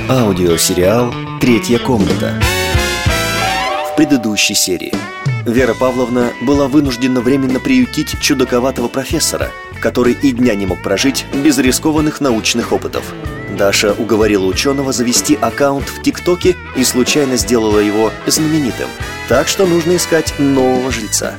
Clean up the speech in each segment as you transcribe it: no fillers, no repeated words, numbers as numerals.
Аудиосериал «Третья комната». В предыдущей серии Вера Павловна была вынуждена временно приютить чудаковатого профессора, который и дня не мог прожить без рискованных научных опытов. Даша уговорила ученого завести аккаунт в ТикТоке и случайно сделала его знаменитым. Так что нужно искать нового жильца.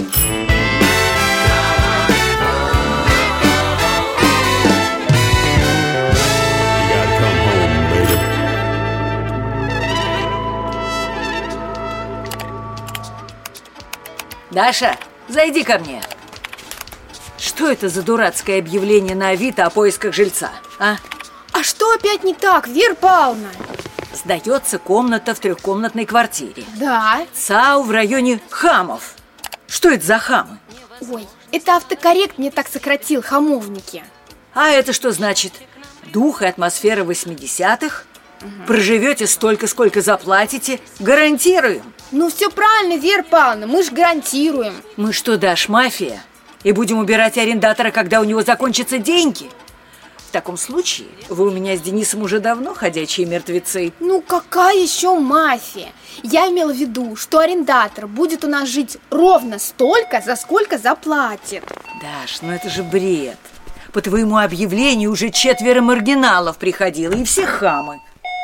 Даша, зайди ко мне. Что это за дурацкое объявление на Авито о поисках жильца, а? А что опять не так, Вера Павловна? Сдается комната в трехкомнатной квартире. Да. ЦАУ в районе Хамов. Что это за хамы? Ой, это автокоррект мне так сократил, хамовники. А это что значит? Дух и атмосфера 80-х? Проживете столько, сколько заплатите. Гарантируем. Ну все правильно, Вера Павловна, мы ж гарантируем. Мы что, Даш, мафия? И будем убирать арендатора, когда у него закончатся деньги? В таком случае вы у меня с Денисом уже давно ходячие мертвецы. Ну какая еще мафия? Я имела в виду, что арендатор будет у нас жить ровно столько, за сколько заплатит. Даш, ну это же бред. По твоему объявлению уже 4 маргиналов приходило, и все хамы.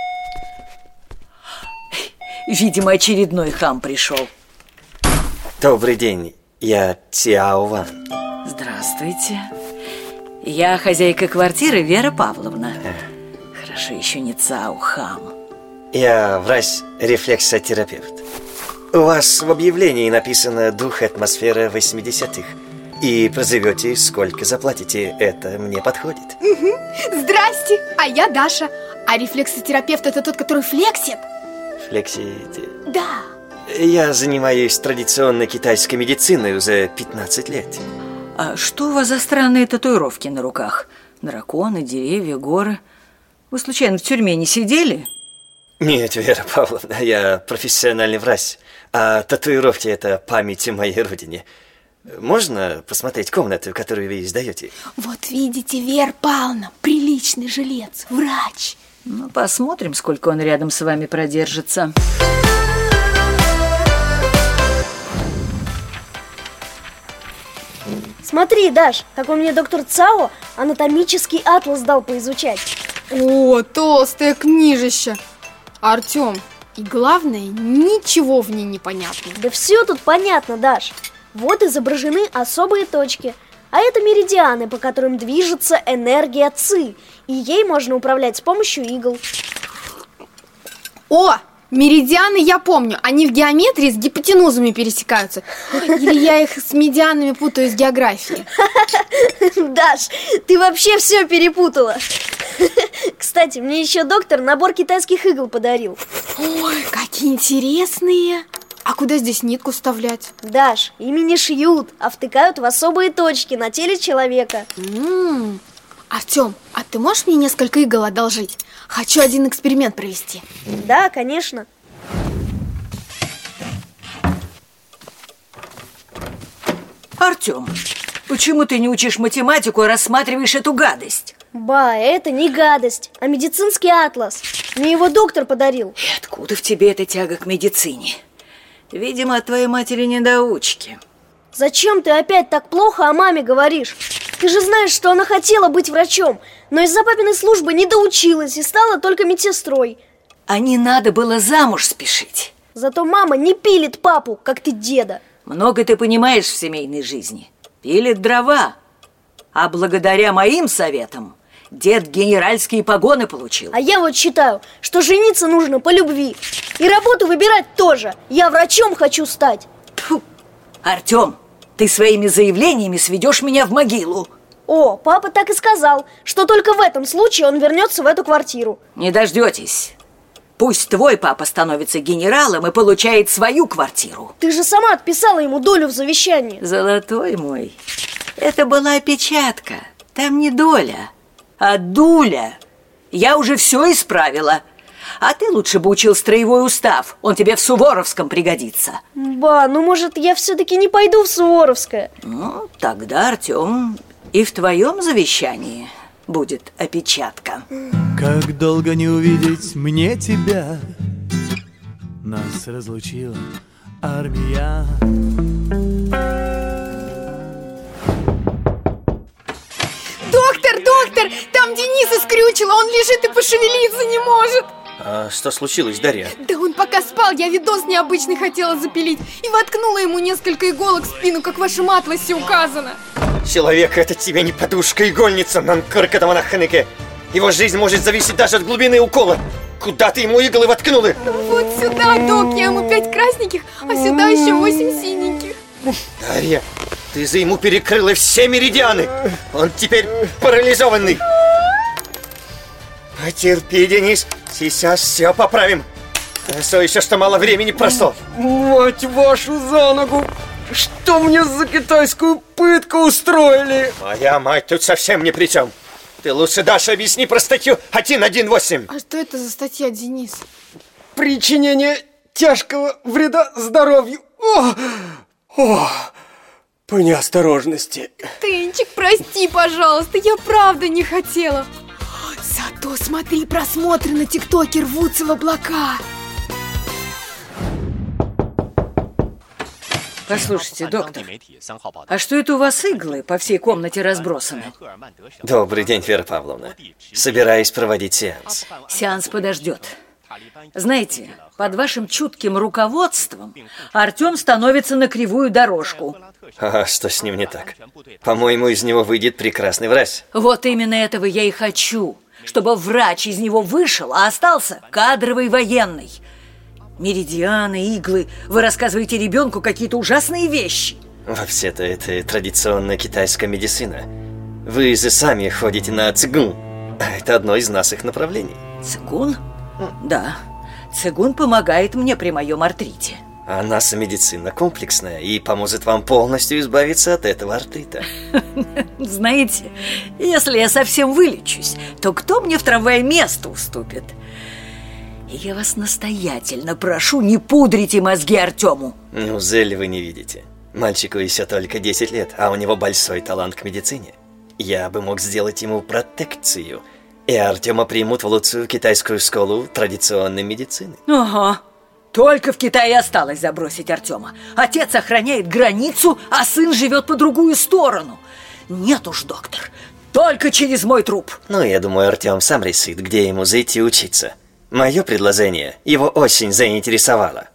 Видимо, очередной хам пришел. Добрый день, я Цяо Ван. Здравствуйте. Я хозяйка квартиры Вера Павловна. Хорошо, еще не Цао, хам. Я врач-рефлексотерапевт. У вас в объявлении написано «Дух и атмосфера 80-х». И проживете, сколько заплатите. Это мне подходит. Здрасте, а я Даша. А рефлексотерапевт это тот, который флексит? Флексите? Да. Я занимаюсь традиционной китайской медициной уже 15 лет. А что у вас за странные татуировки на руках? Драконы, деревья, горы. Вы случайно в тюрьме не сидели? Нет, Вера Павловна, я профессиональный врач. А татуировки – это память о моей родине. Можно посмотреть комнату, которую вы сдаете? Вот видите, Вера Павловна, приличный жилец, врач. Ну, посмотрим, сколько он рядом с вами продержится. Смотри, Даш, какой мне доктор Цао анатомический атлас дал поизучать. О, толстая книжище. Артем, и главное, ничего в ней не понятно. Да все тут понятно, Даш. Вот изображены особые точки. А это меридианы, по которым движется энергия ЦИ. И ей можно управлять с помощью игл. О, меридианы я помню. Они в геометрии с гипотенузами пересекаются. Или я их с медианами путаю из географии? Даш, ты вообще все перепутала. Кстати, мне еще доктор набор китайских игл подарил. Ой, какие интересные. А куда здесь нитку вставлять? Даш, ими не шьют, а втыкают в особые точки на теле человека. Артем, а ты можешь мне несколько игл одолжить? Хочу один эксперимент провести. Да, конечно. Артем, почему ты не учишь математику и рассматриваешь эту гадость? Ба, это не гадость, а медицинский атлас. Мне его доктор подарил. И откуда в тебе эта тяга к медицине? Видимо, от твоей матери недоучки. Зачем ты опять так плохо о маме говоришь? Ты же знаешь, что она хотела быть врачом, но из-за папиной службы не доучилась и стала только медсестрой. А не надо было замуж спешить. Зато мама не пилит папу, как ты деда. Много ты понимаешь в семейной жизни. Пилит дрова. А благодаря моим советам дед генеральские погоны получил. А я вот считаю, что жениться нужно по любви. И работу выбирать тоже. Я врачом хочу стать. Тьфу. Артем, ты своими заявлениями сведешь меня в могилу. О, папа так и сказал, что только в этом случае он вернется в эту квартиру. Не дождетесь. Пусть твой папа становится генералом и получает свою квартиру. Ты же сама отписала ему долю в завещании. Золотой мой, это была опечатка. Там не доля, а дуля. Я уже все исправила. А ты лучше бы учил строевой устав. Он тебе в Суворовском пригодится. Ба, ну может я все-таки не пойду в Суворовское? Ну, тогда, Артем, и в твоем завещании будет опечатка. Как долго не увидеть мне тебя, нас разлучила армия. Доктор, там Дениса скрючило, он лежит и пошевелиться не может. А что случилось, Дарья? Да он пока спал, я видос необычный хотела запилить и воткнула ему несколько иголок в спину, как в вашем атласе указано. Человек, это тебе не подушка-игольница, нанкоркатаманаханыке. Его жизнь может зависеть даже от глубины укола. Куда ты ему иглы воткнула? Вот сюда, док, я ему 5 красненьких, а сюда еще 8 синеньких. Дарья, ты за ему перекрыла все меридианы. Он теперь парализованный. Потерпи, Денис, сейчас все поправим. Хорошо еще, что мало времени прошло. Мать вашу за ногу! Что мне за китайскую пытку устроили? Моя мать тут совсем ни при чем. Ты лучше, Даша, объясни про статью 1.1.8. А что это за статья, Денис? Причинение тяжкого вреда здоровью. По неосторожности. Тынчик, прости, пожалуйста, я правда не хотела. Зато смотри, просмотры на ТикТоке рвутся в облака. Послушайте, доктор, а что это у вас иглы по всей комнате разбросаны? Добрый день, Вера Павловна. Собираюсь проводить сеанс. Сеанс подождет. Знаете, под вашим чутким руководством Артем становится на кривую дорожку. А что с ним не так? По-моему, из него выйдет прекрасный врач. Вот именно этого я и хочу, чтобы врач из него вышел, а остался кадровый военный. Меридианы, иглы, вы рассказываете ребенку какие-то ужасные вещи. Вообще-то это традиционная китайская медицина. Вы же сами ходите на цигун. Это одно из наших направлений. Цигун? Да, цигун помогает мне при моем артрите. А наша медицина комплексная и поможет вам полностью избавиться от этого артрита. Знаете, если я совсем вылечусь, то кто мне в трамвае место уступит? Я вас настоятельно прошу, не пудрите мозги Артему. Неужели вы не видите? Мальчику еще только 10 лет, а у него большой талант к медицине. Я бы мог сделать ему протекцию, и Артема примут в лучшую китайскую школу традиционной медицины. Ага, только в Китае осталось забросить Артема. Отец охраняет границу, а сын живет по другую сторону. Нет уж, доктор, только через мой труп. Ну, я думаю, Артем сам решит, где ему зайти учиться. Мое предложение его очень заинтересовало.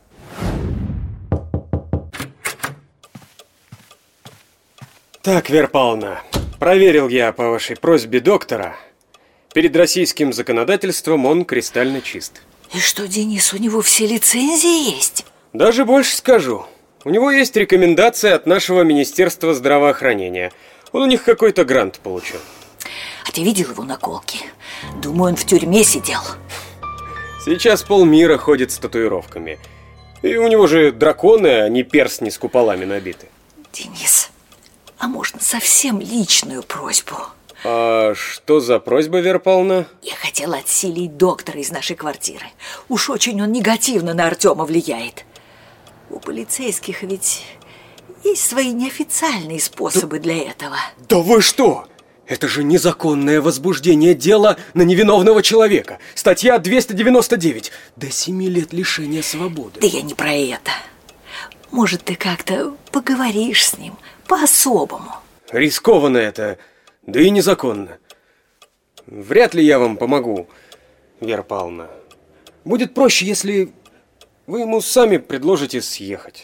Так, Вера Павловна, проверил я по вашей просьбе доктора. Перед российским законодательством он кристально чист. И что, Денис, у него все лицензии есть? Даже больше скажу. У него есть рекомендация от нашего Министерства здравоохранения. Он у них какой-то грант получил. А ты видел его наколки? Думаю, он в тюрьме сидел. Сейчас полмира ходит с татуировками. И у него же драконы, а не перстни с куполами набиты. Денис, а можно совсем личную просьбу? А что за просьба, Вера Павловна? Я хотела отселить доктора из нашей квартиры. Уж очень он негативно на Артема влияет. У полицейских ведь есть свои неофициальные способы для этого. Да вы что? Это же незаконное возбуждение дела на невиновного человека. Статья 299. До 7 лет лишения свободы. Да я не про это. Может, ты как-то поговоришь с ним по-особому? Рискованно это, да и незаконно. Вряд ли я вам помогу, Вера Павловна. Будет проще, если вы ему сами предложите съехать.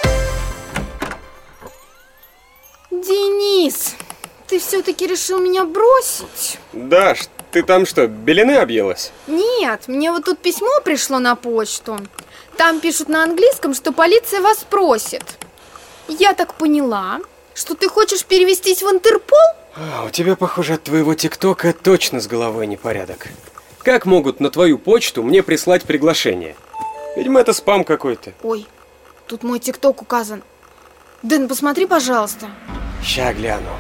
Денис, ты все-таки решил меня бросить? Даш, ты там что, белины объелась? Нет, мне вот тут письмо пришло на почту. Там пишут на английском, что полиция вас просит. Я так поняла, что ты хочешь перевестись в Интерпол? У тебя, похоже, от твоего ТикТока точно с головой непорядок. Как могут на твою почту мне прислать приглашение? Видимо, это спам какой-то. Ой, тут мой ТикТок указан. Дэн, посмотри, пожалуйста. Ща гляну.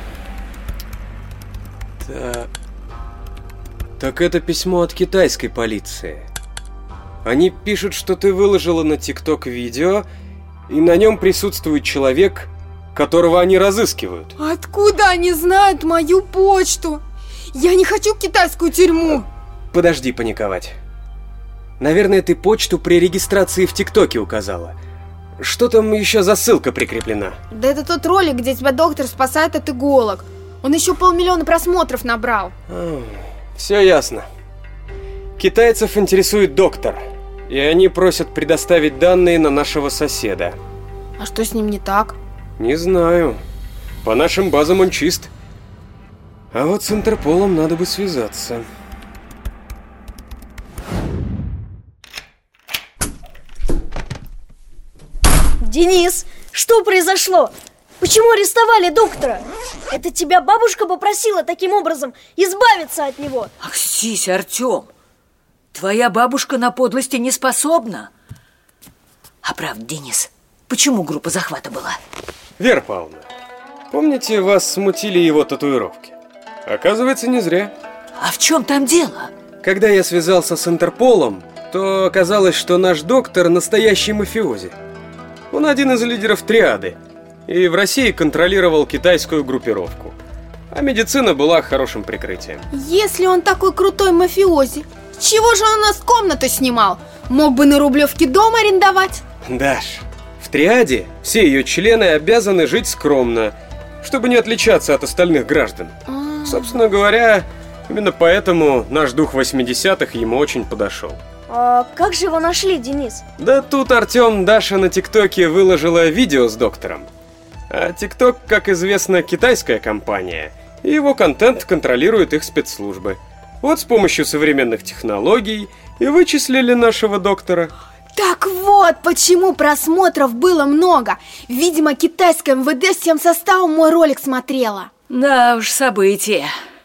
Так это письмо от китайской полиции. Они пишут, что ты выложила на ТикТок видео, и на нем присутствует человек, которого они разыскивают. Откуда они знают мою почту? Я не хочу китайскую тюрьму. Подожди паниковать. Наверное, ты почту при регистрации в ТикТоке указала. Что там еще за ссылка прикреплена? Да это тот ролик, где тебя доктор спасает от иголок. Он еще 500 000 просмотров набрал. Все ясно. Китайцев интересует доктор, и они просят предоставить данные на нашего соседа. А что с ним не так? Не знаю. По нашим базам он чист. А вот с Интерполом надо бы связаться. Денис, что произошло? Почему арестовали доктора? Это тебя бабушка попросила таким образом избавиться от него. Ах, сись, Артем, твоя бабушка на подлости не способна. А правда, Денис, почему группа захвата была? Вера Павловна, помните, вас смутили его татуировки? Оказывается, не зря. А в чем там дело? Когда я связался с Интерполом, то оказалось, что наш доктор настоящий мафиози. Он один из лидеров триады, и в России контролировал китайскую группировку. А медицина была хорошим прикрытием. Если он такой крутой мафиози, чего же он у нас комнату снимал? Мог бы на Рублевке дом арендовать? Даш, в триаде все ее члены обязаны жить скромно, чтобы не отличаться от остальных граждан. Собственно говоря, именно поэтому наш дух 80-х ему очень подошел. А как же его нашли, Денис? Да тут, Артем, Даша на ТикТоке выложила видео с доктором. А ТикТок, как известно, китайская компания, и его контент контролируют их спецслужбы. Вот с помощью современных технологий и вычислили нашего доктора. Так вот, почему просмотров было много. Видимо, китайское МВД всем составом мой ролик смотрела. Да уж, события.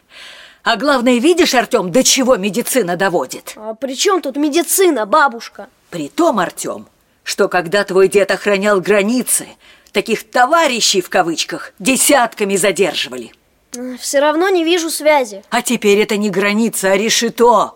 А главное, видишь, Артем, до чего медицина доводит? А при чем тут медицина, бабушка? Притом, Артем, что когда твой дед охранял границы, таких «товарищей» в кавычках десятками задерживали. Все равно не вижу связи. А теперь это не граница, а решето.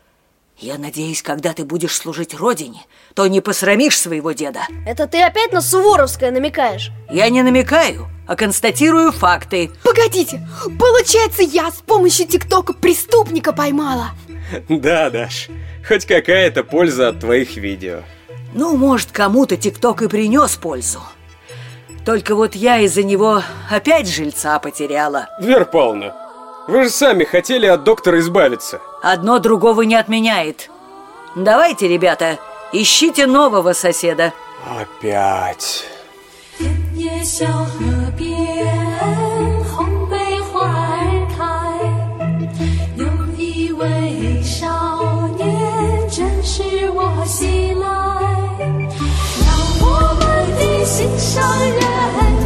Я надеюсь, когда ты будешь служить родине, то не посрамишь своего деда. Это ты опять на Суворовское намекаешь? Я не намекаю, а констатирую факты. Погодите, получается, я с помощью ТикТока преступника поймала. Да, Даш, хоть какая-то польза от твоих видео. Ну, может, кому-то ТикТок и принес пользу. Только вот я из-за него опять жильца потеряла. Вера Павловна, вы же сами хотели от доктора избавиться. Одно другого не отменяет. Давайте, ребята, ищите нового соседа. Опять.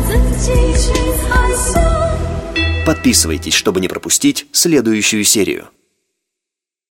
Подписывайтесь, чтобы не пропустить следующую серию.